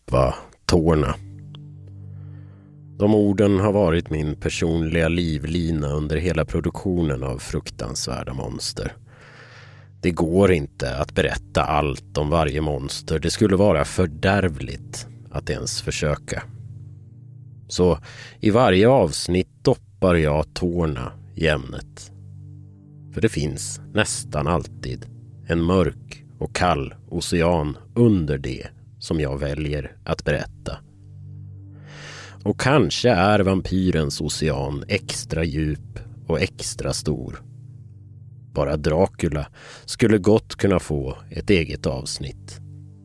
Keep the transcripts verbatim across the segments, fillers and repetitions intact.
doppa tårna. De orden har varit min personliga livlina under hela produktionen av Fruktansvärda monster. Det går inte att berätta allt om varje monster. Det skulle vara fördärvligt att ens försöka. Så i varje avsnitt doppar jag tårna i ämnet. För det finns nästan alltid en mörk och kall ocean under det som jag väljer att berätta. Och kanske är vampyrens ocean extra djup och extra stor. Bara Dracula skulle gott kunna få ett eget avsnitt.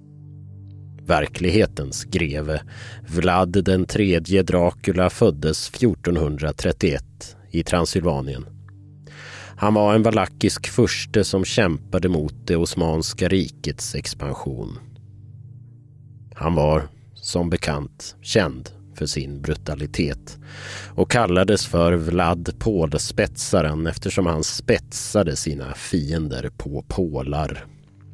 Verklighetens greve Vlad den tredje Dracula föddes fjortonhundratrettioett i Transylvanien. Han var en valackisk furste som kämpade mot det osmanska rikets expansion. Han var, som bekant, känd för sin brutalitet och kallades för Vlad Pålspetsaren eftersom han spetsade sina fiender på pålar.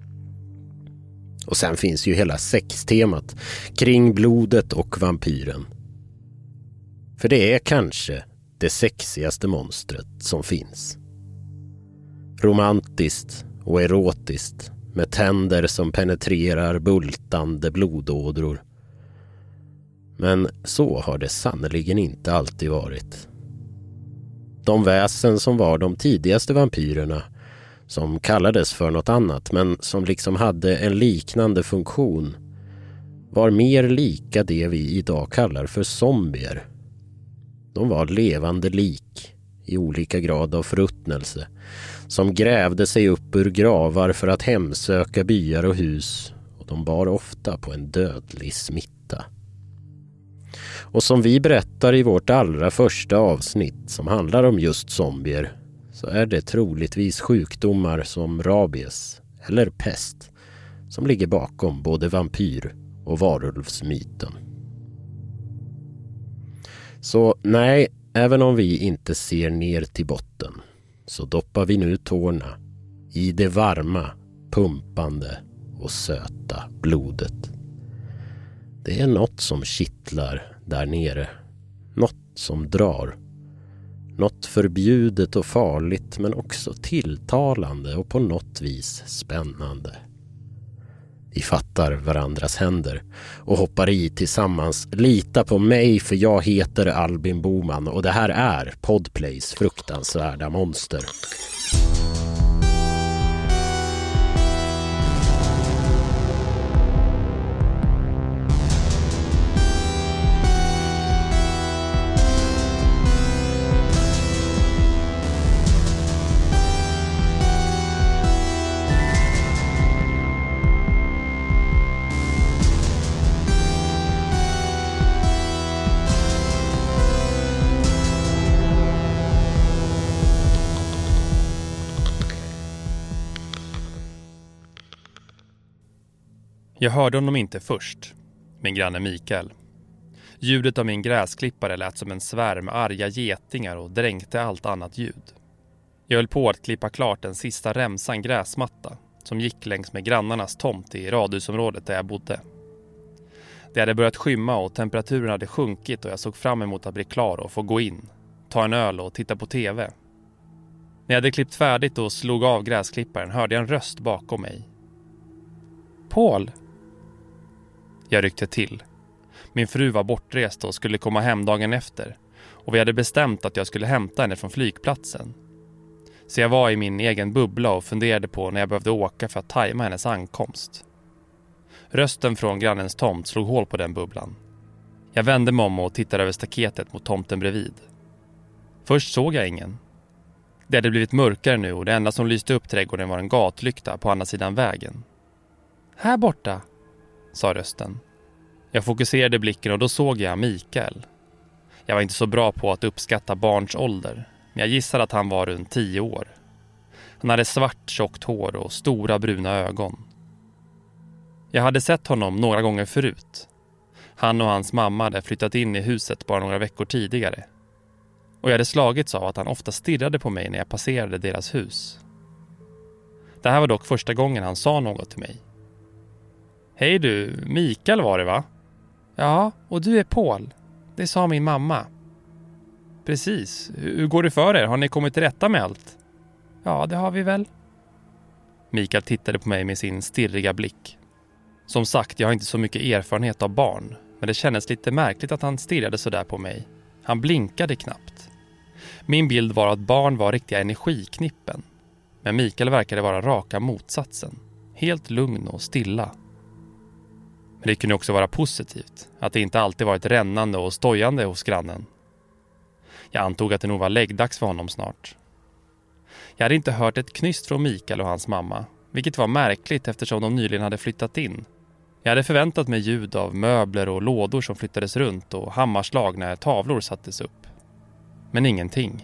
Och sen finns ju hela sextemat kring blodet och vampyren. För det är kanske det sexigaste monstret som finns. Romantiskt och erotiskt med tänder som penetrerar bultande blodådror. Men så har det sannoliken inte alltid varit. De väsen som var de tidigaste vampyrerna, som kallades för något annat men som liksom hade en liknande funktion, var mer lika det vi idag kallar för zombier. De var levande lik i olika grad av förruttnelse som grävde sig upp ur gravar för att hemsöka byar och hus, och de bar ofta på en dödlig smitta. Och som vi berättar i vårt allra första avsnitt som handlar om just zombier, så är det troligtvis sjukdomar som rabies eller pest som ligger bakom både vampyr- och varulvsmyten. Så nej, även om vi inte ser ner till botten så doppar vi nu tårna i det varma, pumpande och söta blodet. Det är något som kittlar där nere. Något som drar. Något förbjudet och farligt men också tilltalande och på något vis spännande. Vi fattar varandras händer och hoppar i tillsammans. Lita på mig för jag heter Albin Boman och det här är Podplays Fruktansvärda monster. Jag hörde honom inte först, min granne Mikael. Ljudet av min gräsklippare lät som en svärm arga getingar och dränkte allt annat ljud. Jag höll på att klippa klart den sista remsan gräsmatta som gick längs med grannarnas tomt i radhusområdet där jag bodde. Det hade börjat skymma och temperaturen hade sjunkit och jag såg fram emot att bli klar och få gå in, ta en öl och titta på tv. När jag hade klippt färdigt och slog av gräsklipparen hörde jag en röst bakom mig. Paul! Jag ryckte till. Min fru var bortrest och skulle komma hem dagen efter. Och vi hade bestämt att jag skulle hämta henne från flygplatsen. Så jag var i min egen bubbla och funderade på när jag behövde åka för att tajma hennes ankomst. Rösten från grannens tomt slog hål på den bubblan. Jag vände mig om och tittade över staketet mot tomten bredvid. Först såg jag ingen. Det hade blivit mörkare nu och det enda som lyste upp trädgården var en gatlykta på andra sidan vägen. Här borta, sa rösten. Jag fokuserade blicken och då såg jag Mikael. Jag var inte så bra på att uppskatta barns ålder, men jag gissade att han var runt tio år. Han hade svart, tjockt hår och stora bruna ögon. Jag hade sett honom några gånger förut. Han och hans mamma hade flyttat in i huset bara några veckor tidigare. Och jag hade slagits av att han ofta stirrade på mig när jag passerade deras hus. Det här var dock första gången han sa något till mig. Hej du, Mikael var det va? Ja, och du är Paul. Det sa min mamma. Precis. Hur går det för er? Har ni kommit till rätta med allt? Ja, det har vi väl. Mikael tittade på mig med sin stirriga blick. Som sagt, jag har inte så mycket erfarenhet av barn. Men det kändes lite märkligt att han stirrade så där på mig. Han blinkade knappt. Min bild var att barn var riktiga energiknippen. Men Mikael verkade vara raka motsatsen. Helt lugn och stilla. Men det kunde också vara positivt. Att det inte alltid varit rännande och stojande hos grannen. Jag antog att det nog var läggdags för honom snart. Jag hade inte hört ett knyst från Mikael och hans mamma. Vilket var märkligt eftersom de nyligen hade flyttat in. Jag hade förväntat mig ljud av möbler och lådor som flyttades runt och hammarslag när tavlor sattes upp. Men ingenting.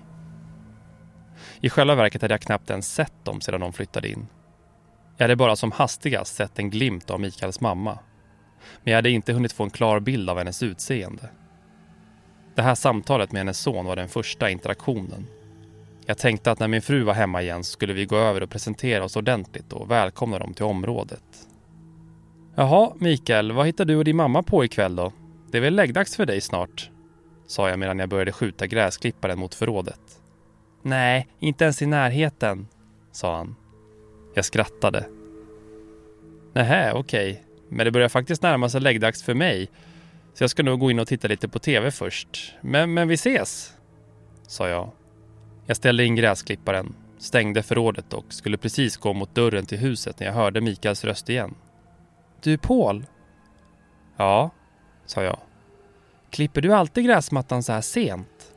I själva verket hade jag knappt ens sett dem sedan de flyttade in. Jag hade bara som hastigast sett en glimt av Mikaels mamma. Men jag hade inte hunnit få en klar bild av hennes utseende. Det här samtalet med hennes son var den första interaktionen. Jag tänkte att när min fru var hemma igen skulle vi gå över och presentera oss ordentligt och välkomna dem till området. Jaha, Mikael, vad hittar du och din mamma på ikväll då? Det är väl läggdags för dig snart, sa jag medan jag började skjuta gräsklipparen mot förrådet. Nej, inte ens i närheten, sa han. Jag skrattade. Nähä, okej. Men det börjar faktiskt närma sig läggdags för mig. Så jag ska nog gå in och titta lite på tv först. Men, men vi ses, sa jag. Jag ställde in gräsklipparen, stängde förrådet och skulle precis gå mot dörren till huset när jag hörde Mikaels röst igen. Du Paul? Ja, sa jag. Klipper du alltid gräsmattan så här sent?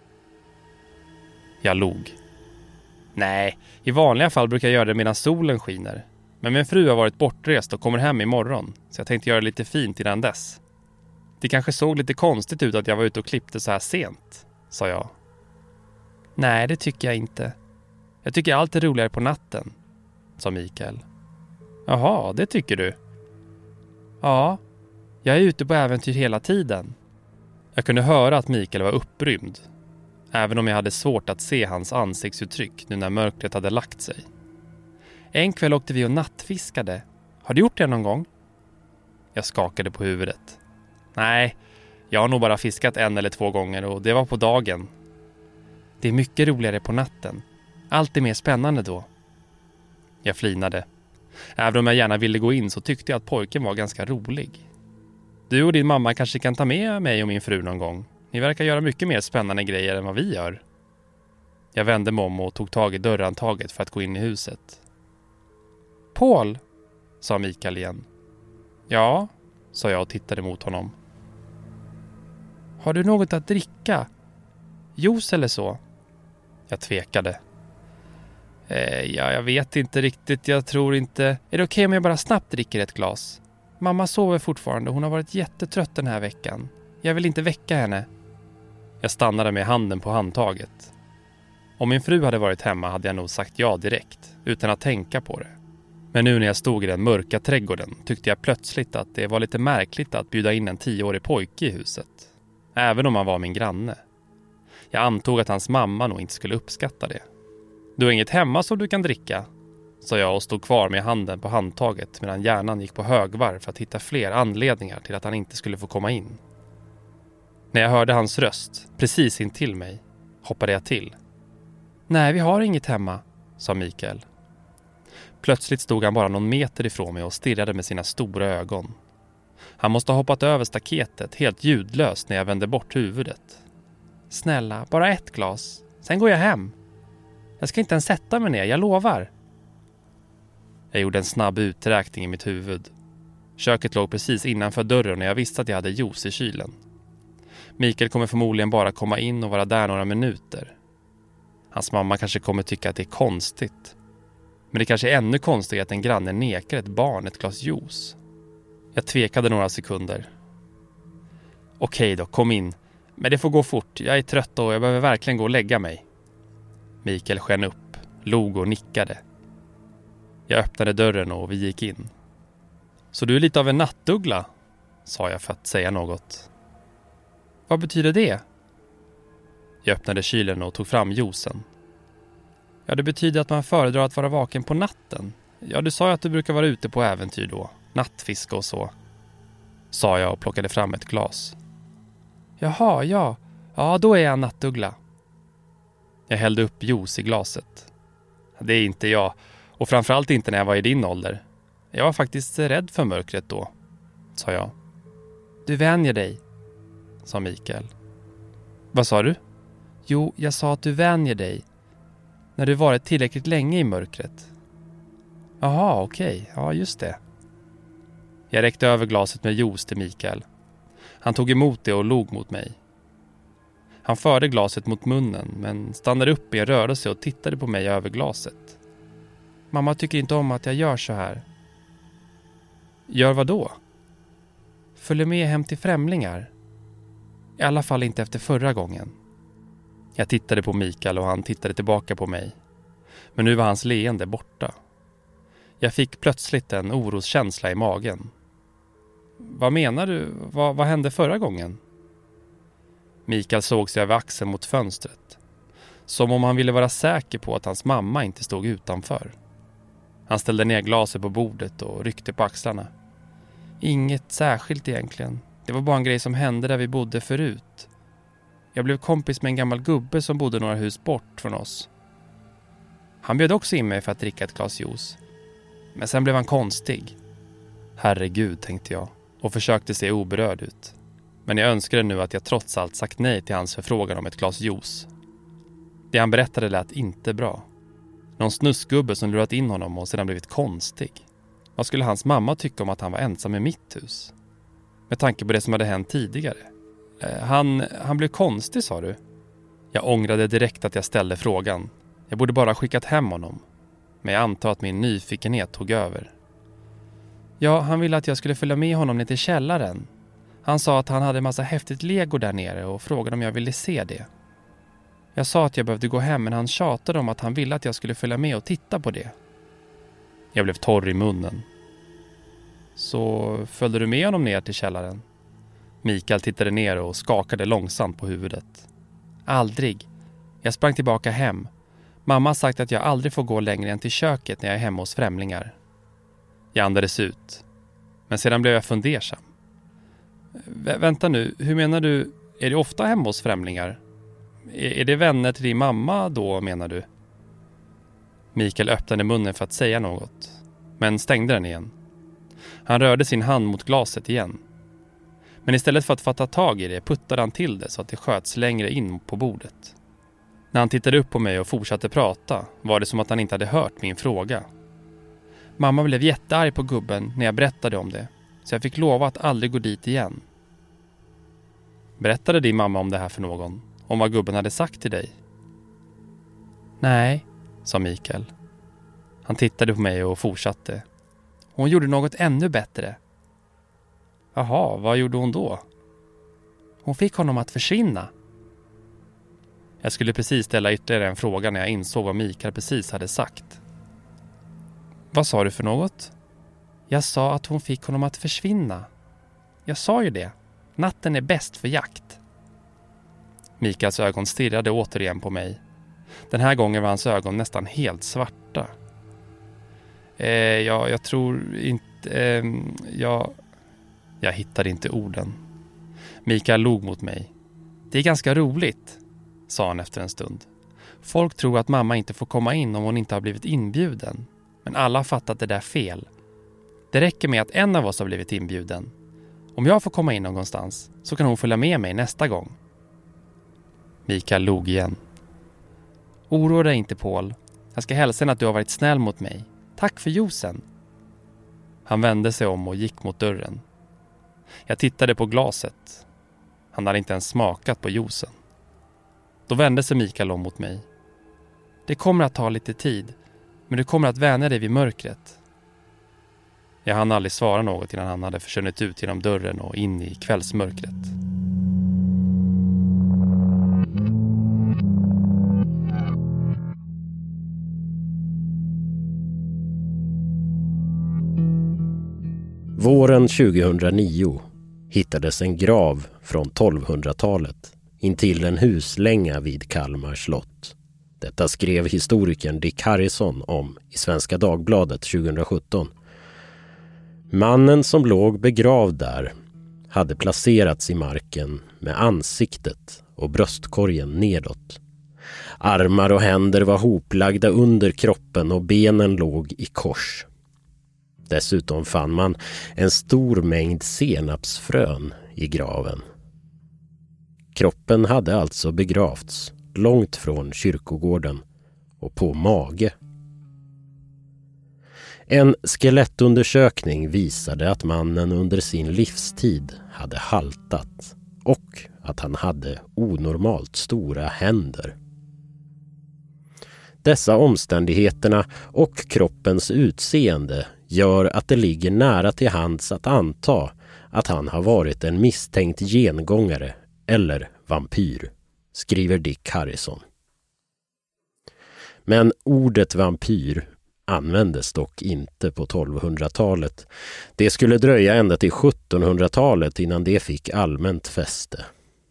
Jag log. Nej, i vanliga fall brukar jag göra det medan solen skiner. Men min fru har varit bortrest och kommer hem imorgon, så jag tänkte göra lite fint innan dess. Det kanske såg lite konstigt ut att jag var ute och klippte så här sent, sa jag. Nej, det tycker jag inte. Jag tycker allt är roligare på natten, sa Mikael. Jaha, det tycker du? Ja, jag är ute på äventyr hela tiden. Jag kunde höra att Mikael var upprymd, även om jag hade svårt att se hans ansiktsuttryck nu när mörkret hade lagt sig. En kväll åkte vi och nattfiskade. Har du gjort det någon gång? Jag skakade på huvudet. Nej, jag har nog bara fiskat en eller två gånger och det var på dagen. Det är mycket roligare på natten. Allt är mer spännande då. Jag flinade. Även om jag gärna ville gå in så tyckte jag att pojken var ganska rolig. Du och din mamma kanske kan ta med mig och min fru någon gång. Ni verkar göra mycket mer spännande grejer än vad vi gör. Jag vände mig om och tog tag i dörrantaget för att gå in i huset. Paul, sa Mikael igen. Ja, sa jag och tittade mot honom. Har du något att dricka? Juice eller så? Jag tvekade. Eh, ja, jag vet inte riktigt. Jag tror inte... Är det okej om jag bara snabbt dricker ett glas? Mamma sover fortfarande. Hon har varit jättetrött den här veckan. Jag vill inte väcka henne. Jag stannade med handen på handtaget. Om min fru hade varit hemma hade jag nog sagt ja direkt, utan att tänka på det. Men nu när jag stod i den mörka trädgården tyckte jag plötsligt att det var lite märkligt att bjuda in en tioårig pojke i huset. Även om han var min granne. Jag antog att hans mamma nog inte skulle uppskatta det. Du har inget hemma som du kan dricka, sa jag och stod kvar med handen på handtaget medan hjärnan gick på högvarv för att hitta fler anledningar till att han inte skulle få komma in. När jag hörde hans röst, precis intill mig, hoppade jag till. Nej, vi har inget hemma, sa Mikael. Plötsligt stod han bara någon meter ifrån mig och stirrade med sina stora ögon. Han måste ha hoppat över staketet helt ljudlöst när jag vände bort huvudet. Snälla, bara ett glas. Sen går jag hem. Jag ska inte ens sätta mig ner, jag lovar. Jag gjorde en snabb uträkning i mitt huvud. Köket låg precis innanför dörren och jag visste att jag hade juice i kylen. Mikael kommer förmodligen bara komma in och vara där några minuter. Hans mamma kanske kommer tycka att det är konstigt. Men det kanske är ännu konstigt att en granne nekar ett barn ett glas juice. Jag tvekade några sekunder. Okej då, kom in. Men det får gå fort. Jag är trött och jag behöver verkligen gå och lägga mig. Mikael sken upp, log och nickade. Jag öppnade dörren och vi gick in. Så du är lite av en nattuggla, sa jag för att säga något. Vad betyder det? Jag öppnade kylen och tog fram juicen. Ja, det betyder att man föredrar att vara vaken på natten. Ja, du sa ju att du brukar vara ute på äventyr då. Nattfiske och så. sa jag och plockade fram ett glas. Jaha, ja. Ja, då är jag nattuggla. Jag hällde upp juice i glaset. Det är inte jag, och framförallt inte när jag var i din ålder. Jag var faktiskt rädd för mörkret då, sa jag. Du vänjer dig, sa Mikael. Vad sa du? Jo, jag sa att du vänjer dig när du varit tillräckligt länge i mörkret. Jaha, okej. Okay. Ja, just det. Jag räckte över glaset med juice till Mikael. Han tog emot det och log mot mig. Han förde glaset mot munnen men stannade upp i en rörelse och tittade på mig över glaset. Mamma tycker inte om att jag gör så här. Gör vad då? Följer med hem till främlingar. I alla fall inte efter förra gången. Jag tittade på Mikael och han tittade tillbaka på mig. Men nu var hans leende borta. Jag fick plötsligt en oroskänsla i magen. Vad menar du? Vad, vad hände förra gången? Mikael såg sig över axeln mot fönstret. Som om han ville vara säker på att hans mamma inte stod utanför. Han ställde ner glaset på bordet och ryckte på axlarna. Inget särskilt egentligen. Det var bara en grej som hände där vi bodde förut. Jag blev kompis med en gammal gubbe som bodde några hus bort från oss. Han bjöd också in mig för att dricka ett glas juice. Men sen blev han konstig. Herregud, tänkte jag och försökte se oberörd ut. Men jag önskade nu att jag trots allt sagt nej till hans förfrågan om ett glas juice. Det han berättade lät inte bra. Någon snuskgubbe som lurat in honom och sedan blivit konstig. Vad skulle hans mamma tycka om att han var ensam i mitt hus? Med tanke på det som hade hänt tidigare. Eh, han, han blev konstig, sa du? Jag ångrade direkt att jag ställde frågan. Jag borde bara ha skickat hem honom. Men jag antar att min nyfikenhet tog över. Ja, han ville att jag skulle följa med honom ner till källaren. Han sa att han hade en massa häftigt lego där nere och frågade om jag ville se det. Jag sa att jag behövde gå hem men han tjatade om att han ville att jag skulle följa med och titta på det. Jag blev torr i munnen. Så följde du med honom ner till källaren? Mikael tittade ner och skakade långsamt på huvudet. Aldrig. Jag sprang tillbaka hem. Mamma har sagt att jag aldrig får gå längre än till köket när jag är hemma hos främlingar. Jag andades ut. Men sedan blev jag fundersam. Vä- vänta nu, hur menar du? Är du ofta hemma hos främlingar? Är, är det vänner till din mamma då, menar du? Mikael öppnade munnen för att säga något. Men stängde den igen. Han rörde sin hand mot glaset igen. Men istället för att fatta tag i det puttade han till det så att det sköts längre in på bordet. När han tittade upp på mig och fortsatte prata var det som att han inte hade hört min fråga. Mamma blev jättearg på gubben när jag berättade om det, så jag fick lova att aldrig gå dit igen. Berättade din mamma om det här för någon? Om vad gubben hade sagt till dig? Nej, sa Mikael. Han tittade på mig och fortsatte. Hon gjorde något ännu bättre. Jaha, vad gjorde hon då? Hon fick honom att försvinna. Jag skulle precis ställa ytterligare en fråga när jag insåg vad Mikael precis hade sagt. Vad sa du för något? Jag sa att hon fick honom att försvinna. Jag sa ju det. Natten är bäst för jakt. Mikaels ögon stirrade återigen på mig. Den här gången var hans ögon nästan helt svarta. Eh, ja, jag tror inte... Eh, jag... Jag hittade inte orden. Mikael log mot mig. Det är ganska roligt, sa han efter en stund. Folk tror att mamma inte får komma in om hon inte har blivit inbjuden. Men alla har fattat det där fel. Det räcker med att en av oss har blivit inbjuden. Om jag får komma in någonstans så kan hon följa med mig nästa gång. Mikael log igen. Oroa dig inte, Paul. Jag ska hälsa henne att du har varit snäll mot mig. Tack för juicen. Han vände sig om och gick mot dörren. Jag tittade på glaset. Han hade inte ens smakat på juicen. Då vände sig Mikael om mot mig. Det kommer att ta lite tid, men du kommer att vänja dig vid mörkret. Jag hann aldrig svara något innan han hade försvunnit ut genom dörren och in i kvällsmörkret. Våren tjugohundranio hittades en grav från tolvhundratalet intill en huslänga vid Kalmar slott. Detta skrev historikern Dick Harrison om i Svenska Dagbladet tjugosjutton. Mannen som låg begravd där hade placerats i marken med ansiktet och bröstkorgen nedåt. Armar och händer var hoplagda under kroppen och benen låg i kors. Dessutom fann man en stor mängd senapsfrön i graven. Kroppen hade alltså begravts långt från kyrkogården och på mage. En skelettundersökning visade att mannen under sin livstid hade haltat och att han hade onormalt stora händer. Dessa omständigheterna och kroppens utseende gör att det ligger nära till hands att anta att han har varit en misstänkt gengångare eller vampyr, skriver Dick Harrison. Men ordet vampyr användes dock inte på tolvhundratalet. Det skulle dröja ända till sjuttonhundratalet innan det fick allmänt fäste.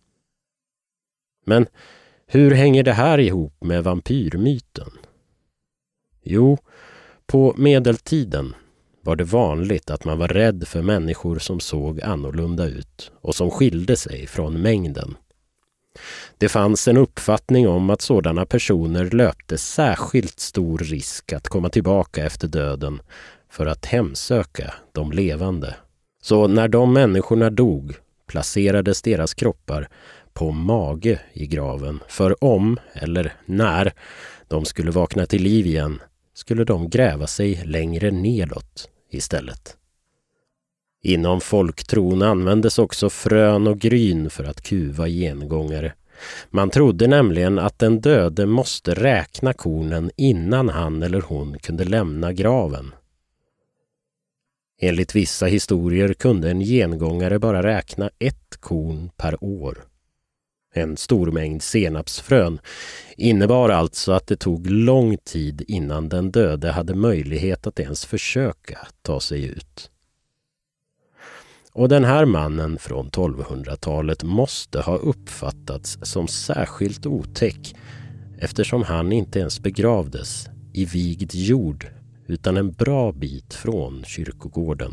Men hur hänger det här ihop med vampyrmyten? Jo, på medeltiden var det vanligt att man var rädd för människor som såg annorlunda ut och som skilde sig från mängden. Det fanns en uppfattning om att sådana personer löpte särskilt stor risk att komma tillbaka efter döden för att hemsöka de levande. Så när de människorna dog placerades deras kroppar på mage i graven, för om eller när de skulle vakna till liv igen skulle de gräva sig längre nedåt istället. Inom folktron användes också frön och gryn för att kuva gengångare. Man trodde nämligen att den döde måste räkna kornen innan han eller hon kunde lämna graven. Enligt vissa historier kunde en gengångare bara räkna ett korn per år. En stor mängd senapsfrön innebar alltså att det tog lång tid innan den döde hade möjlighet att ens försöka ta sig ut. Och den här mannen från tolvhundratalet måste ha uppfattats som särskilt otäck eftersom han inte ens begravdes i vigd jord utan en bra bit från kyrkogården.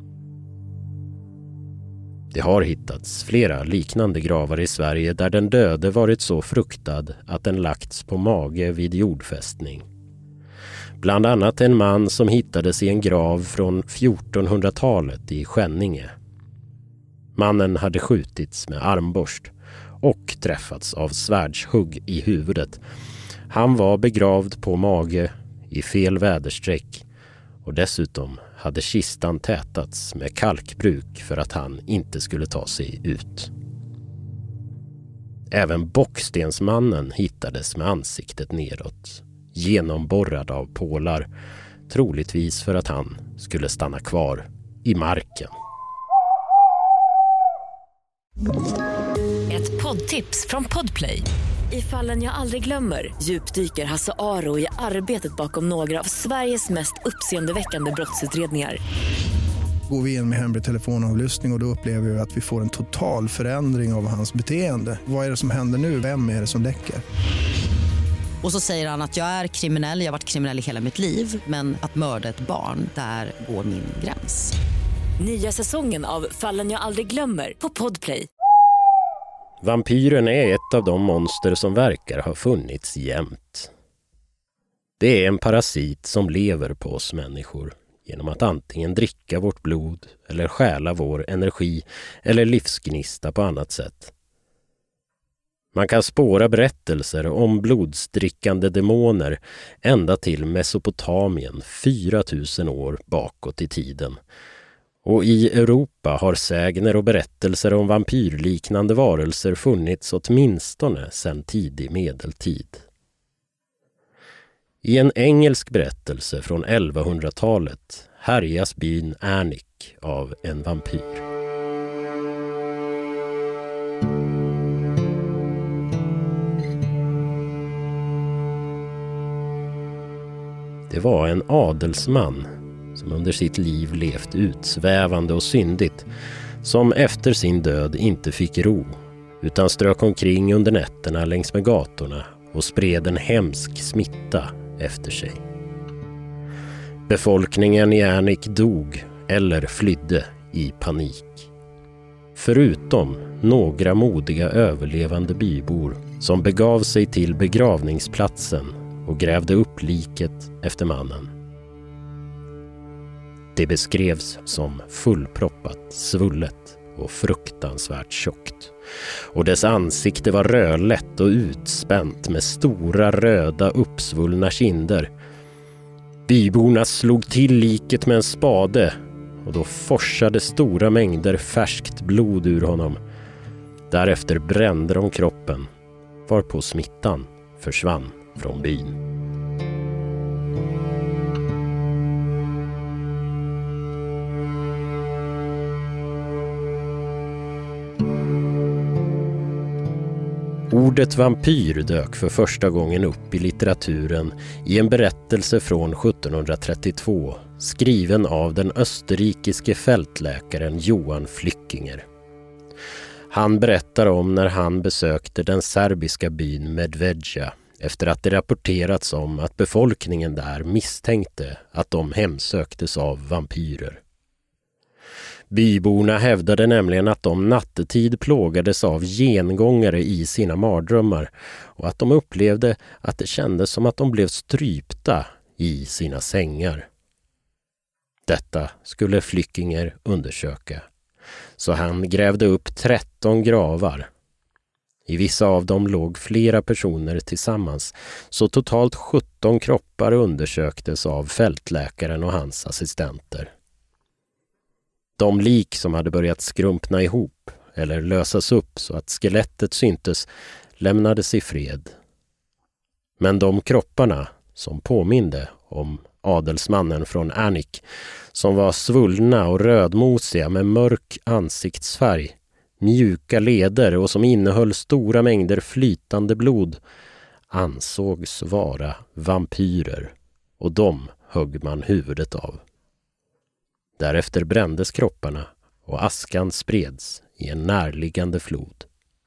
Det har hittats flera liknande gravar i Sverige där den döde varit så fruktad att den lagts på mage vid jordfästning. Bland annat en man som hittades i en grav från fjortonhundratalet i Skänninge. Mannen hade skjutits med armborst och träffats av svärdshugg i huvudet. Han var begravd på mage i fel väderstreck och dessutom hade kistan tätats med kalkbruk för att han inte skulle ta sig ut. Även Bockstensmannen hittades med ansiktet nedåt, genomborrad av pålar, troligtvis för att han skulle stanna kvar i marken. Ett poddtips från Podplay. I Fallen jag aldrig glömmer djupdyker Hasse Aro i arbetet bakom några av Sveriges mest uppseendeväckande brottsutredningar. Går vi in med hemlig telefonavlyssning och, och då upplever vi att vi får en total förändring av hans beteende. Vad är det som händer nu? Vem är det som läcker? Och så säger han att jag är kriminell, jag har varit kriminell i hela mitt liv. Men att mörda ett barn, där går min gräns. Nya säsongen av Fallen jag aldrig glömmer på Podplay. Vampyren är ett av de monster som verkar ha funnits jämt. Det är en parasit som lever på oss människor genom att antingen dricka vårt blod eller stjäla vår energi eller livsgnista på annat sätt. Man kan spåra berättelser om blodsdrickande demoner ända till Mesopotamien fyra tusen år bakåt i tiden. Och i Europa har sägner och berättelser om vampyrliknande varelser funnits åtminstone sedan tidig medeltid. I en engelsk berättelse från elvahundratalet härjas byn Ernick av en vampyr. Det var en adelsman som under sitt liv levt utsvävande och syndigt, som efter sin död inte fick ro, utan strök omkring under nätterna längs med gatorna och spred en hemsk smitta efter sig. Befolkningen i Ernick dog eller flydde i panik. Förutom några modiga överlevande bybor som begav sig till begravningsplatsen och grävde upp liket efter mannen. Det beskrevs som fullproppat, svullet och fruktansvärt tjockt. Och dess ansikte var rödlätt och utspänt med stora röda uppsvullna kinder. Byborna slog till liket med en spade och då forsade stora mängder färskt blod ur honom. Därefter brände de kroppen, varpå smittan försvann från byn. Ordet vampyr dök för första gången upp i litteraturen i en berättelse från sjuttonhundratrettiotvå skriven av den österrikiske fältläkaren Johan Flückinger. Han berättar om när han besökte den serbiska byn Medvedja efter att det rapporterats om att befolkningen där misstänkte att de hemsöktes av vampyrer. Byborna hävdade nämligen att de nattetid plågades av gengångare i sina mardrömmar och att de upplevde att det kändes som att de blev strypta i sina sängar. Detta skulle Flückinger undersöka, så han grävde upp tretton gravar. I vissa av dem låg flera personer tillsammans, så totalt sjutton kroppar undersöktes av fältläkaren och hans assistenter. De lik som hade börjat skrumpna ihop eller lösas upp så att skelettet syntes lämnades i fred. Men de kropparna som påminde om adelsmannen från Annick, som var svullna och rödmosiga med mörk ansiktsfärg, mjuka leder och som innehöll stora mängder flytande blod, ansågs vara vampyrer, och de högg man huvudet av. Därefter brändes kropparna och askan spreds i en närliggande flod.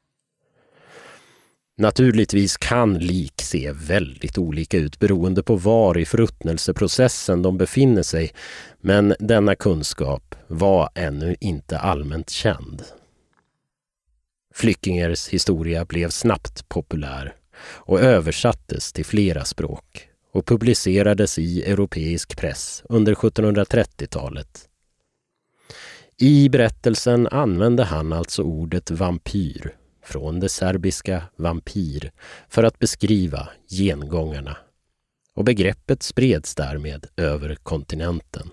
Naturligtvis kan lik se väldigt olika ut beroende på var i förruttnelseprocessen de befinner sig, men denna kunskap var ännu inte allmänt känd. Flückingers historia blev snabbt populär och översattes till flera språk och publicerades i europeisk press under sjuttonhundratrettiotalet. I berättelsen använde han alltså ordet vampyr från det serbiska vampir för att beskriva gengångarna, och begreppet spreds därmed över kontinenten.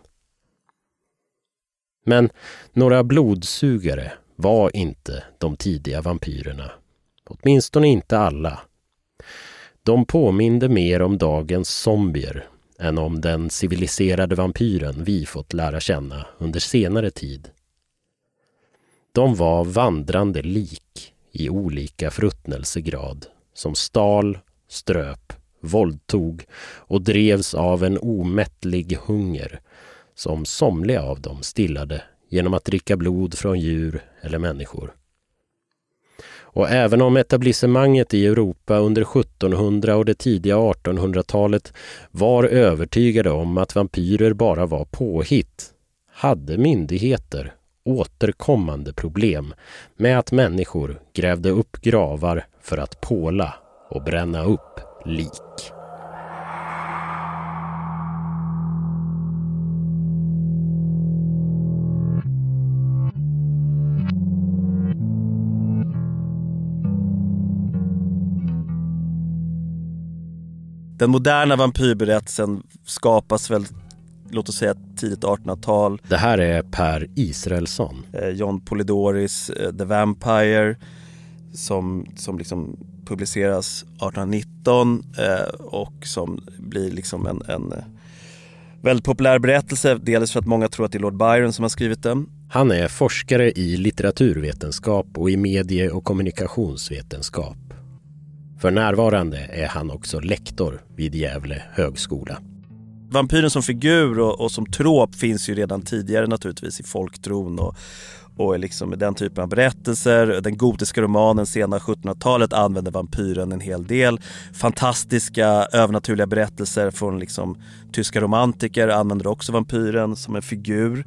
Men några blodsugare var inte de tidiga vampyrerna, åtminstone inte alla. De påminde mer om dagens zombier än om den civiliserade vampyren vi fått lära känna under senare tid. De var vandrande lik i olika förruttnelsegrad som stal, ströp, våldtog och drevs av en omättlig hunger som somliga av dem stillade genom att dricka blod från djur eller människor. Och även om etablissemanget i Europa under sjuttonhundra- och det tidiga artonhundratalet var övertygade om att vampyrer bara var påhitt, hade myndigheter återkommande problem med att människor grävde upp gravar för att påla och bränna upp lik. Den moderna vampyrberättelsen skapas väl, låt oss säga, tidigt artonhundratal. Det här är Per Israelsson. Eh, John Polidoris eh, The Vampire som, som liksom publiceras artonhundranitton eh, och som blir liksom en, en väldigt populär berättelse. Dels för att många tror att det är Lord Byron som har skrivit den. Han är forskare i litteraturvetenskap och i medie- och kommunikationsvetenskap. För närvarande är han också lektor vid Gävle högskola. Vampyren som figur och, och som trop finns ju redan tidigare naturligtvis i folktron och, och liksom med den typen av berättelser. Den gotiska romanen sena sjuttonhundratalet använder vampyren en hel del. Fantastiska övernaturliga berättelser från liksom tyska romantiker använder också vampyren som en figur.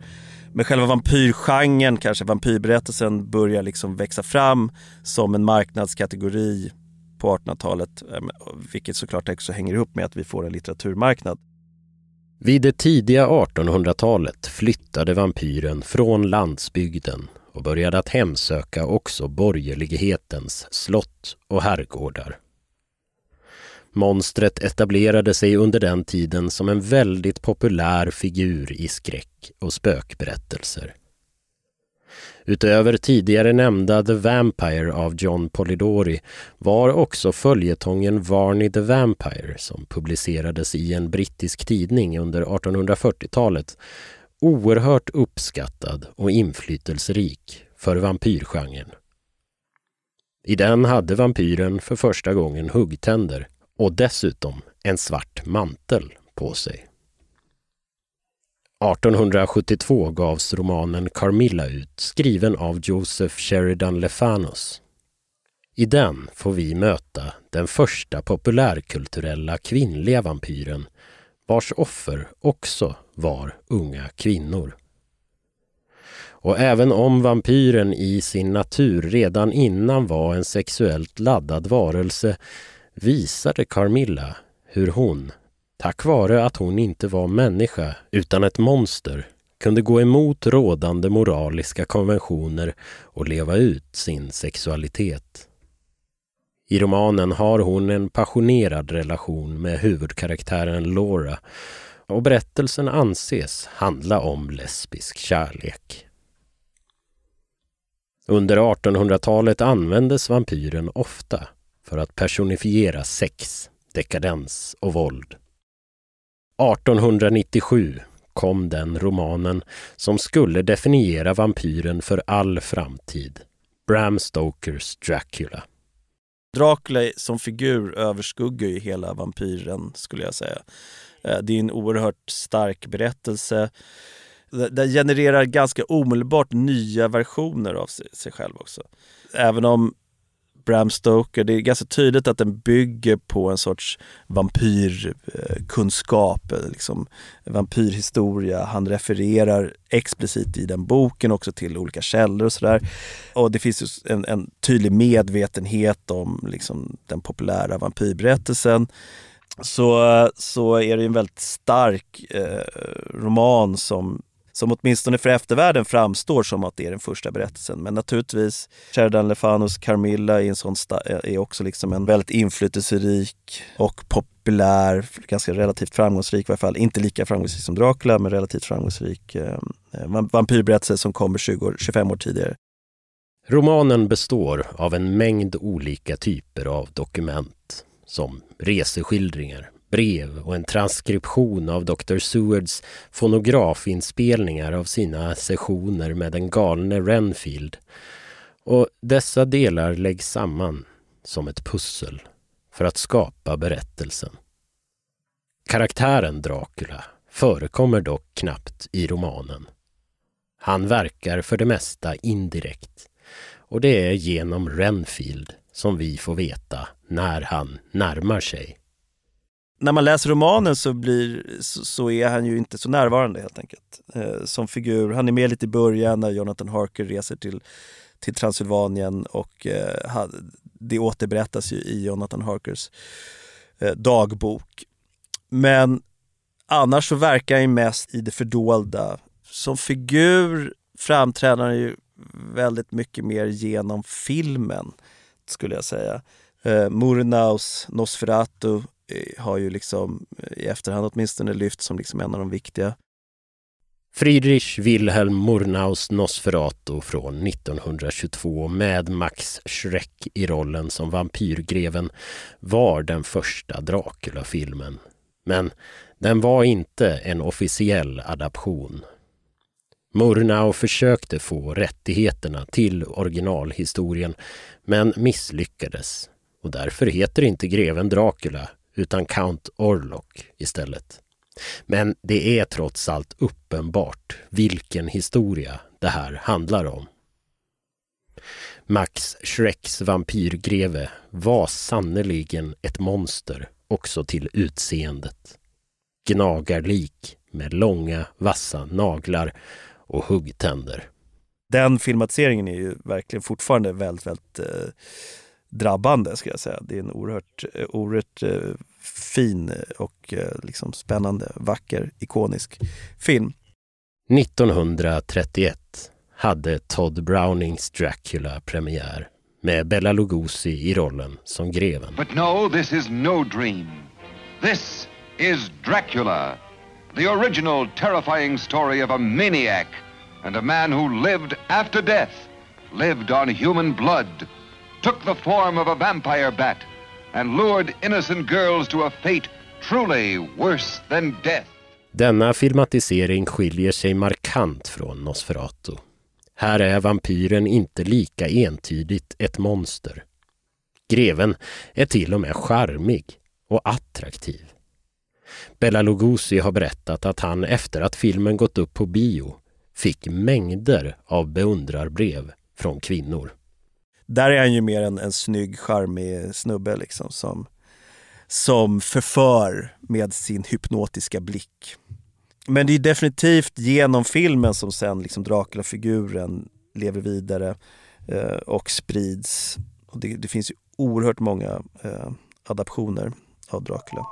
Men själva vampyrgenren, kanske vampyrberättelsen, börjar liksom växa fram som en marknadskategori på artonhundratalet, vilket såklart också hänger ihop med att vi får en litteraturmarknad. Vid det tidiga artonhundratalet flyttade vampyren från landsbygden och började att hemsöka också borgerlighetens slott och herrgårdar. Monstret etablerade sig under den tiden som en väldigt populär figur i skräck- och spökberättelser. Utöver tidigare nämnda The Vampire av John Polidori var också följetongen Varney the Vampire, som publicerades i en brittisk tidning under artonhundrafyrtiotalet, oerhört uppskattad och inflytelserik för vampyrgenren. I den hade vampyren för första gången huggtänder och dessutom en svart mantel på sig. artonhundrasjuttiotvå gavs romanen Carmilla ut, skriven av Joseph Sheridan Le Fanu. I den får vi möta den första populärkulturella kvinnliga vampyren, vars offer också var unga kvinnor. Och även om vampyren i sin natur redan innan var en sexuellt laddad varelse, visade Carmilla hur hon, tack vare att hon inte var människa utan ett monster, kunde gå emot rådande moraliska konventioner och leva ut sin sexualitet. I romanen har hon en passionerad relation med huvudkaraktären Laura, och berättelsen anses handla om lesbisk kärlek. Under artonhundratalet användes vampyren ofta för att personifiera sex, dekadens och våld. artonhundranittiosju kom den romanen som skulle definiera vampyren för all framtid, Bram Stokers Dracula. Dracula som figur överskuggar ju hela vampyren, skulle jag säga. Det är en oerhört stark berättelse. Det genererar ganska omedelbart nya versioner av sig själv också. Även om Bram Stoker, det är ganska tydligt att den bygger på en sorts vampyrkunskap, liksom vampyrhistoria. Han refererar explicit i den boken också till olika källor och sådär. Och det finns ju en, en tydlig medvetenhet om liksom den populära vampyrberättelsen. Så, så är det en väldigt stark eh, roman som som åtminstone för eftervärlden framstår som att det är den första berättelsen. Men naturligtvis, Sheridan Le Fanus Carmilla är, en sån sta- är också liksom en väldigt inflytelserik och populär, ganska relativt framgångsrik i alla fall. Inte lika framgångsrik som Dracula, men relativt framgångsrik eh, vampyrberättelse som kommer tjugo, tjugofem år tidigare. Romanen består av en mängd olika typer av dokument, som reseskildringar, brev och en transkription av doktor Sewards fonografinspelningar av sina sessioner med den galne Renfield. Och dessa delar läggs samman som ett pussel för att skapa berättelsen. Karaktären Dracula förekommer dock knappt i romanen. Han verkar för det mesta indirekt, och det är genom Renfield som vi får veta när han närmar sig. När man läser romanen så, blir, så, så är han ju inte så närvarande helt enkelt. Eh, som figur. Han är med lite i början när Jonathan Harker reser till, till Transylvanien och eh, det återberättas ju i Jonathan Harkers eh, dagbok. Men annars så verkar han ju mest i det fördolda. Som figur framträder han ju väldigt mycket mer genom filmen, skulle jag säga. Eh, Murnaus Nosferatu har ju liksom i efterhand åtminstone lyft som liksom en av de viktiga. Friedrich Wilhelm Murnaus Nosferatu från nittonhundratjugotvå med Max Schreck i rollen som vampyrgreven var den första Dracula-filmen. Men den var inte en officiell adaption. Murnau försökte få rättigheterna till originalhistorien men misslyckades, och därför heter inte greven Dracula utan Count Orlok istället. Men det är trots allt uppenbart vilken historia det här handlar om. Max Schrecks vampyrgreve var sannoliken ett monster också till utseendet. Gnagarlik med långa, vassa naglar och huggtänder. Den filmatiseringen är ju verkligen fortfarande väldigt, väldigt eh, drabbande, ska jag säga. Det är en oerhört, oerhört eh, fin och eh, liksom spännande, vacker, ikonisk film. nittonhundratrettioett hade Todd Brownings Dracula premiär med Bela Lugosi i rollen som greven. But no, this is no dream. This is Dracula, the original terrifying story of a maniac and a man who lived after death, lived on human blood, took the form of a vampire bat and lured innocent girls to a fate truly worse than death. Denna filmatisering skiljer sig markant från Nosferatu. Här är vampyren inte lika entydigt ett monster. Greven är till och med charmig och attraktiv. Bela Lugosi har berättat att han efter att filmen gått upp på bio fick mängder av beundrarbrev från kvinnor. Där är han ju mer en, en snygg, charmig snubbe liksom, som, som förför med sin hypnotiska blick. Men det är definitivt genom filmen som sen liksom Dracula-figuren lever vidare eh, och sprids. Och det, det finns ju oerhört många eh, adaptioner av Dracula.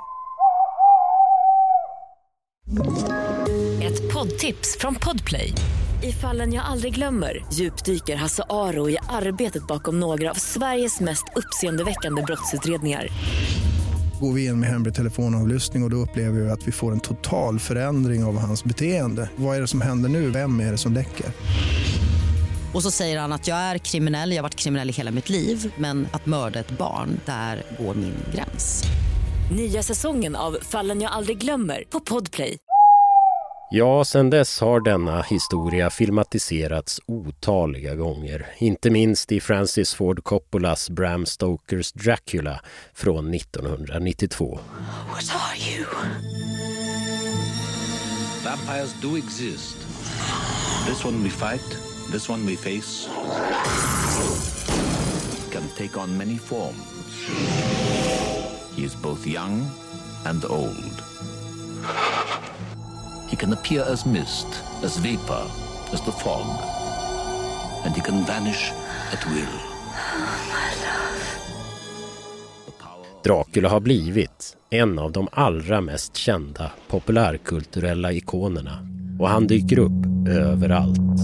Ett poddtips från Podplay. I Fallen jag aldrig glömmer djupdyker Hasse Aro i arbetet bakom några av Sveriges mest uppseendeväckande brottsutredningar. Går vi in med hemlig telefonavlyssning och, och då upplever vi att vi får en total förändring av hans beteende. Vad är det som händer nu? Vem är det som läcker? Och så säger han att jag är kriminell, jag har varit kriminell i hela mitt liv. Men att mörda ett barn, där går min gräns. Nya säsongen av Fallen jag aldrig glömmer på Podplay. Ja, sedan dess har denna historia filmatiserats otaliga gånger. Inte minst i Francis Ford Coppolas Bram Stokers Dracula från nittonhundranittiotvå. What are you? Vampires do exist. This one we fight, this one we face. Can take on many forms. He is both young and old. He can appear as mist, as vapor, as the fog. And he can vanish at will. Dracula har blivit en av de allra mest kända populärkulturella ikonerna. Och han dyker upp överallt.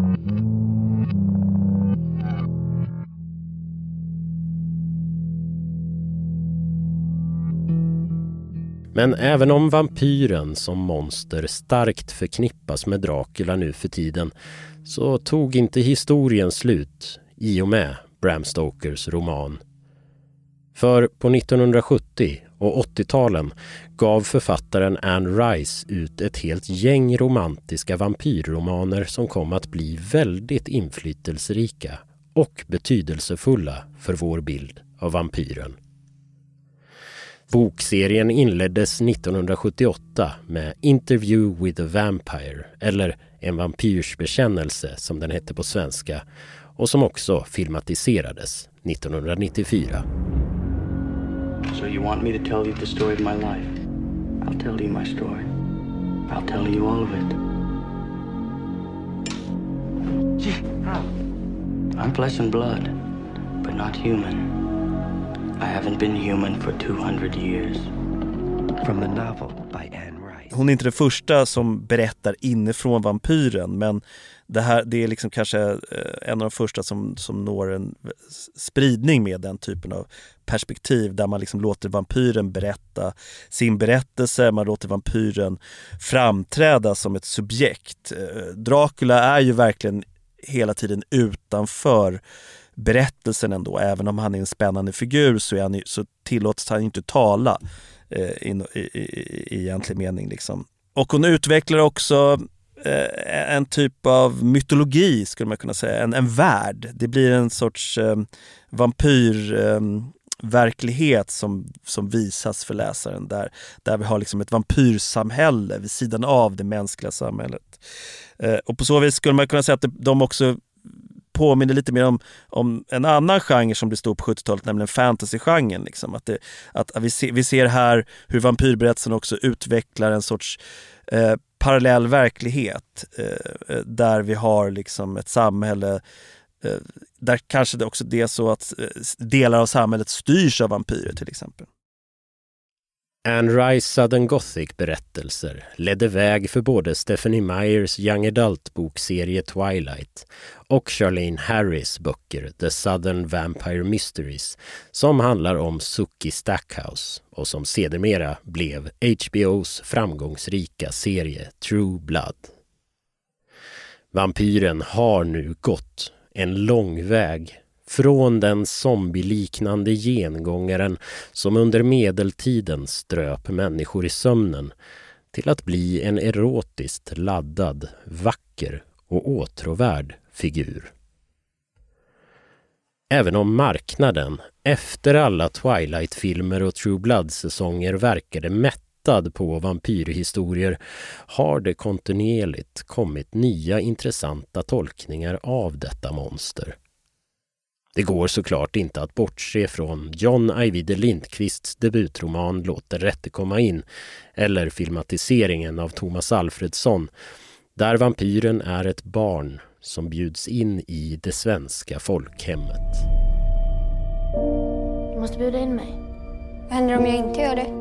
Men även om vampyren som monster starkt förknippas med Dracula nu för tiden, så tog inte historien slut i och med Bram Stokers roman. För på nittonhundrasjuttio- och åttio-talen gav författaren Anne Rice ut ett helt gäng romantiska vampyrromaner som kom att bli väldigt inflytelserika och betydelsefulla för vår bild av vampyren. Bokserien inleddes nittonhundrasjuttioåtta med Interview with a Vampire, eller En vampyrs bekännelse som den hette på svenska, och som också filmatiserades nittonhundranittiofyra. So you want me to tell you the story of my life? I'll tell you my story. I'll tell you all of it. I'm flesh and blood, but not human. I haven't been human for two hundred years. From the novel by Anne Rice. Hon är inte den första som berättar inifrån vampyren, men det här, det är liksom kanske en av de första som, som når en spridning med den typen av perspektiv, där man liksom låter vampyren berätta sin berättelse, man låter vampyren framträda som ett subjekt. Dracula är ju verkligen hela tiden utanför berättelsen ändå. Även om han är en spännande figur så, är han, så tillåts han inte tala eh, in, i, i, i egentlig mening liksom. Och hon utvecklar också eh, en typ av mytologi, skulle man kunna säga, en, en värld. Det blir en sorts eh, vampyr eh, verklighet som, som visas för läsaren, där, där vi har liksom ett vampyrsamhälle vid sidan av det mänskliga samhället. Eh, och på så vis skulle man kunna säga att de också påminner lite mer om, om en annan genre som blev stor på sjuttiotalet, nämligen fantasy-genren. Liksom. Att, det, att vi, se, vi ser här hur vampyrberättelsen också utvecklar en sorts eh, parallell verklighet eh, där vi har liksom ett samhälle eh, där kanske det också det är så att eh, delar av samhället styrs av vampyrer till exempel. Anne Rice Southern Gothic-berättelser ledde väg för både Stephanie Meyers young adult-bokserie Twilight och Charlene Harris böcker The Southern Vampire Mysteries som handlar om Sookie Stackhouse och som sedermera blev H B O:s framgångsrika serie True Blood. Vampyren har nu gått en lång väg från den zombieliknande gengångaren som under medeltiden ströp människor i sömnen till att bli en erotiskt laddad, vacker och åtråvärd figur. Även om marknaden efter alla Twilight-filmer och True Blood-säsonger verkade mättad på vampyrhistorier har det kontinuerligt kommit nya intressanta tolkningar av detta monster. Det går såklart inte att bortse från John Ajvide Lindqvists debutroman Låt det rätte komma in eller filmatiseringen av Thomas Alfredsson där vampyren är ett barn som bjuds in i det svenska folkhemmet. Du måste bjuda in mig. Vad händer om jag inte gör det?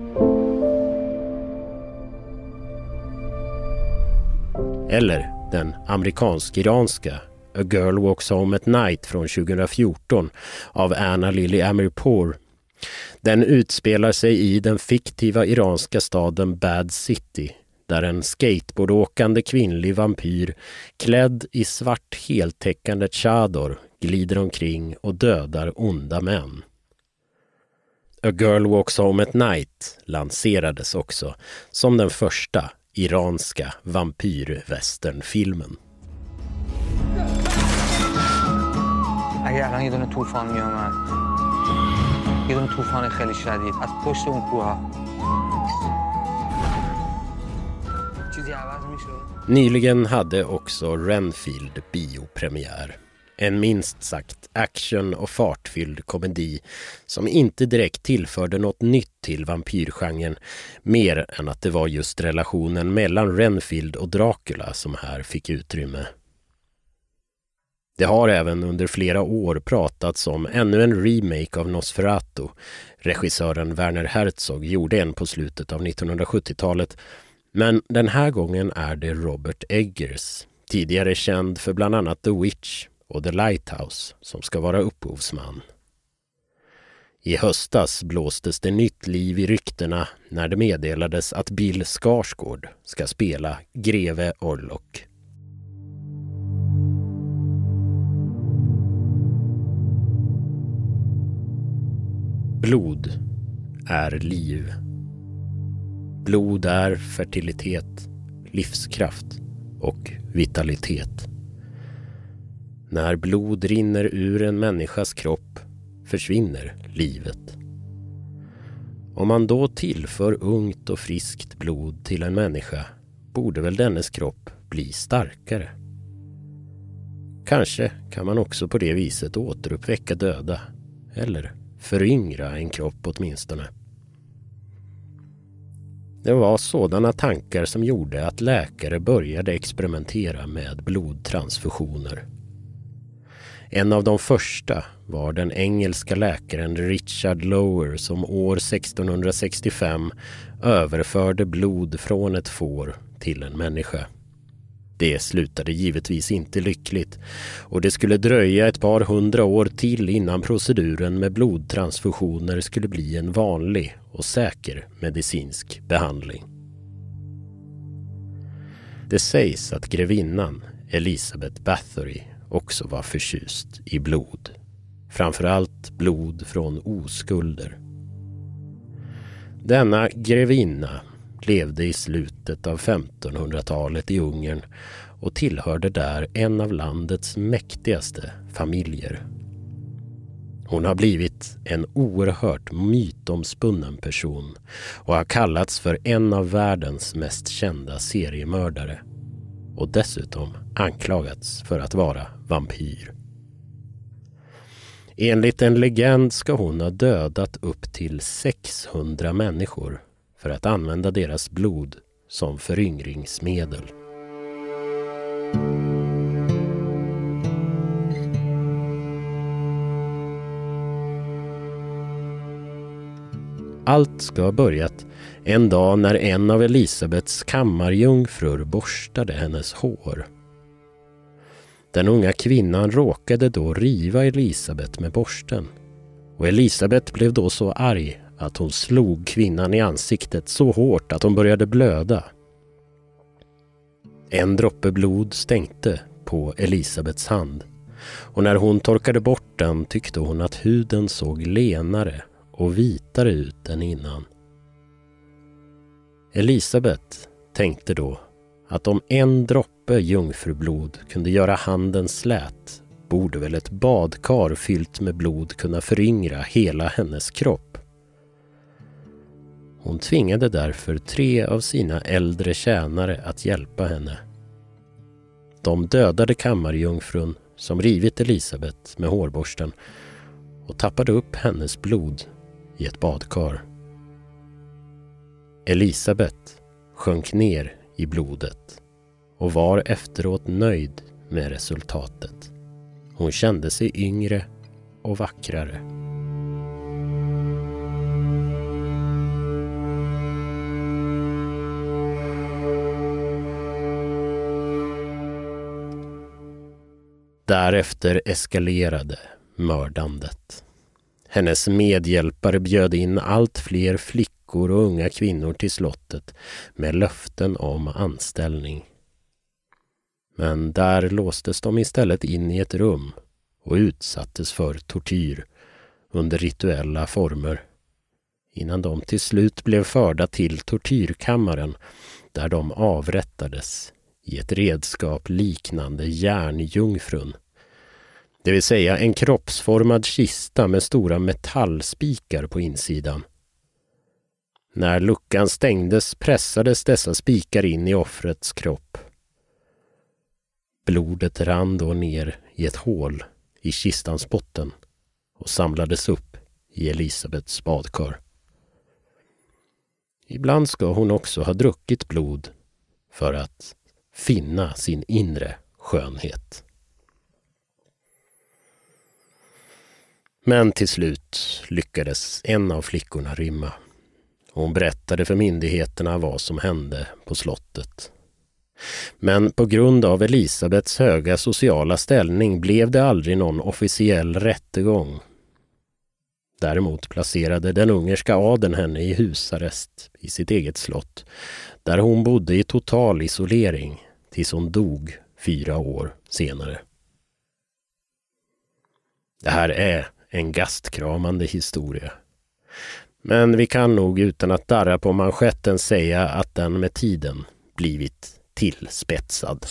Eller den amerikansk-iranska A Girl Walks Home at Night från tjugohundrafjorton av Anna Lily Amirpour. Den utspelar sig i den fiktiva iranska staden Bad City där en skateboardåkande kvinnlig vampyr klädd i svart heltäckande chador glider omkring och dödar onda män. A Girl Walks Home at Night lanserades också som den första iranska vampyrvästernfilmen. اگه الان یه دونه طوفان میومد یه دونه طوفان خیلی شدید از پشت اون کوه چیزی عوض میشد. Nyligen hade också Renfield biopremiär. En minst sagt action- och fartfylld komedi som inte direkt tillförde något nytt till vampyrgenren mer än att det var just relationen mellan Renfield och Dracula som här fick utrymme. Det har även under flera år pratats om ännu en remake av Nosferatu. Regissören Werner Herzog gjorde en på slutet av nittonhundrasjuttiotalet, men den här gången är det Robert Eggers, tidigare känd för bland annat The Witch och The Lighthouse, som ska vara upphovsman. I höstas blåstes det nytt liv i ryktena när det meddelades att Bill Skarsgård ska spela greve Orlok. Blod är liv. Blod är fertilitet, livskraft och vitalitet. När blod rinner ur en människas kropp försvinner livet. Om man då tillför ungt och friskt blod till en människa borde väl dennes kropp bli starkare. Kanske kan man också på det viset återuppväcka döda eller föryngra en kropp åtminstone. Det var sådana tankar som gjorde att läkare började experimentera med blodtransfusioner. En av de första var den engelska läkaren Richard Lower som år sextonhundrasextiofem överförde blod från ett får till en människa. Det slutade givetvis inte lyckligt och det skulle dröja ett par hundra år till innan proceduren med blodtransfusioner skulle bli en vanlig och säker medicinsk behandling. Det sägs att grevinnan Elizabeth Bathory också var förtjust i blod. Framförallt blod från oskulder. Denna grevinna levde i slutet av femtonhundratalet i Ungern och tillhörde där en av landets mäktigaste familjer. Hon har blivit en oerhört mytomspunnen person och har kallats för en av världens mest kända seriemördare och dessutom anklagats för att vara vampyr. Enligt en legend ska hon ha dödat upp till sexhundra människor för att använda deras blod som föryngringsmedel. Allt ska ha börjat en dag när en av Elisabeths kammarjungfrur borstade hennes hår. Den unga kvinnan råkade då riva Elisabeth med borsten, och Elisabeth blev då så arg att hon slog kvinnan i ansiktet så hårt att hon började blöda. En droppe blod stänkte på Elisabeths hand, och när hon torkade bort den tyckte hon att huden såg lenare och vitare ut än innan. Elisabeth tänkte då att om en droppe jungfrublod kunde göra handen slät, borde väl ett badkar fyllt med blod kunna föryngra hela hennes kropp. Hon tvingade därför tre av sina äldre tjänare att hjälpa henne. De dödade kammarjungfrun som rivit Elisabeth med hårborsten och tappade upp hennes blod i ett badkar. Elisabeth sjönk ner i blodet och var efteråt nöjd med resultatet. Hon kände sig yngre och vackrare. Därefter eskalerade mördandet. Hennes medhjälpare bjöd in allt fler flickor och unga kvinnor till slottet med löften om anställning. Men där låstes de istället in i ett rum och utsattes för tortyr under rituella former, innan de till slut blev förda till tortyrkammaren där de avrättades i ett redskap liknande järnjungfrun. Det vill säga en kroppsformad kista med stora metallspikar på insidan. När luckan stängdes pressades dessa spikar in i offrets kropp. Blodet rann då ner i ett hål i kistans botten och samlades upp i Elisabeths badkar. Ibland ska hon också ha druckit blod för att finna sin inre skönhet. Men till slut lyckades en av flickorna rymma. Hon berättade för myndigheterna vad som hände på slottet. Men på grund av Elisabeths höga sociala ställning blev det aldrig någon officiell rättegång. Däremot placerade den ungerska adeln henne i husarrest i sitt eget slott, där hon bodde i total isolering tills hon dog fyra år senare. Det här är en gastkramande historia. Men vi kan nog utan att darra på manschetten säga att den med tiden blivit tillspetsad.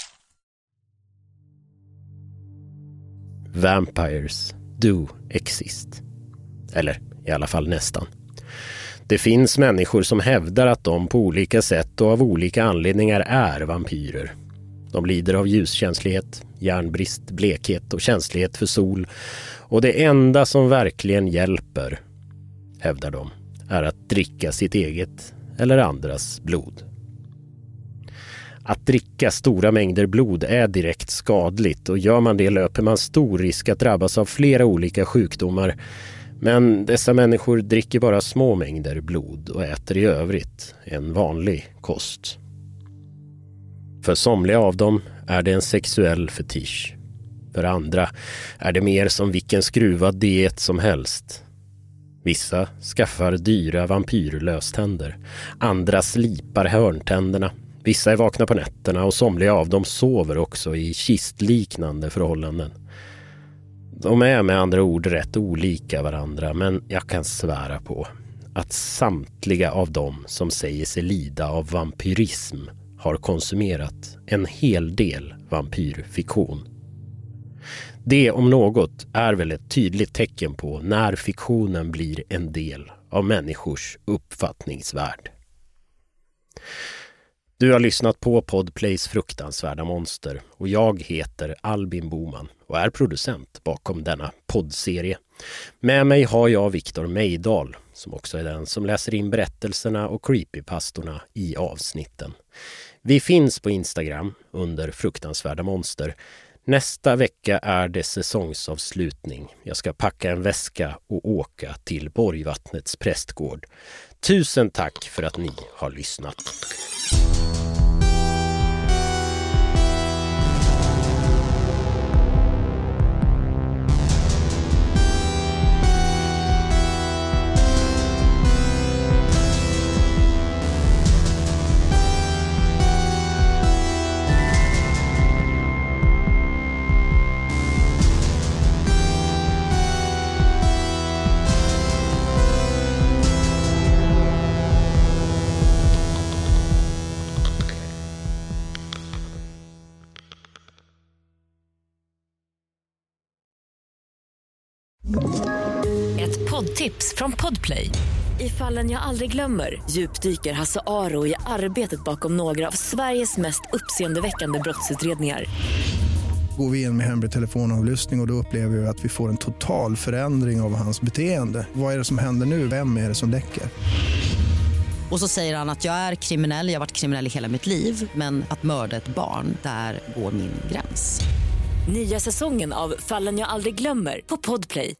Vampires do exist. Eller i alla fall nästan. Det finns människor som hävdar att de på olika sätt och av olika anledningar är vampyrer. De lider av ljuskänslighet, järnbrist, blekhet och känslighet för sol. Och det enda som verkligen hjälper, hävdar de, är att dricka sitt eget eller andras blod. Att dricka stora mängder blod är direkt skadligt, och gör man det löper man stor risk att drabbas av flera olika sjukdomar. Men dessa människor dricker bara små mängder blod och äter i övrigt en vanlig kost. För somliga av dem är det en sexuell fetisch. För andra är det mer som vilken skruvad diet som helst. Vissa skaffar dyra vampyrlöständer. Andra slipar hörntänderna. Vissa är vakna på nätterna och somliga av dem sover också i kistliknande förhållanden. De är med andra ord rätt olika varandra, men jag kan svära på att samtliga av dem som säger sig lida av vampyrism har konsumerat en hel del vampyrfiktion. Det om något är väl ett tydligt tecken på när fiktionen blir en del av människors uppfattningsvärld. Du har lyssnat på Podplays fruktansvärda monster och jag heter Albin Boman och är producent bakom denna poddserie. Med mig har jag Viktor Mejdal, som också är den som läser in berättelserna och creepypastorna i avsnitten. Vi finns på Instagram under Fruktansvärda monster. Nästa vecka är det säsongsavslutning. Jag ska packa en väska och åka till Borgvattnets prästgård. Tusen tack för att ni har lyssnat. Ett poddtips från Podplay. I Fallen jag aldrig glömmer djupdyker Hasse Aro i arbetet bakom några av Sveriges mest uppseendeväckande brottsutredningar. Går vi in med hemlig telefonavlyssning och, och då upplever vi att vi får en total förändring av hans beteende. Vad är det som händer nu? Vem är det som läcker? Och så säger han att jag är kriminell, jag har varit kriminell i hela mitt liv. Men att mörda ett barn, där går min gräns. Nya säsongen av Fallen jag aldrig glömmer på Podplay.